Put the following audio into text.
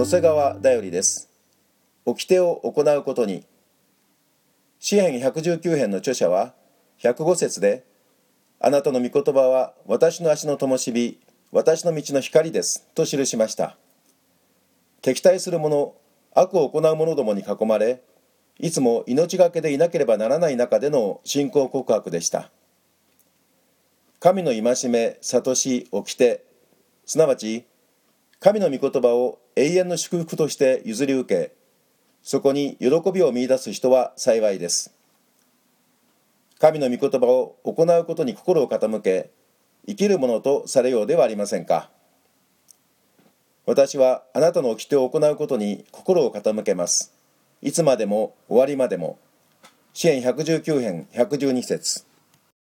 野瀬川だよりです。掟を行うことに。詩編119編の著者は105節で、あなたの御言葉は私の足の灯火、私の道の光ですと記しました。敵対する者、悪を行う者どもに囲まれ、いつも命がけでいなければならない中での信仰告白でした。神の戒め、諭し、掟、すなわち神の御言葉を永遠の祝福として譲り受け、そこに喜びを見出す人は幸いです。神の御言葉を行うことに心を傾け、生きるものとされようではありませんか。私はあなたの掟を行うことに心を傾けます。いつまでも終わりまでも。詩編119編112節。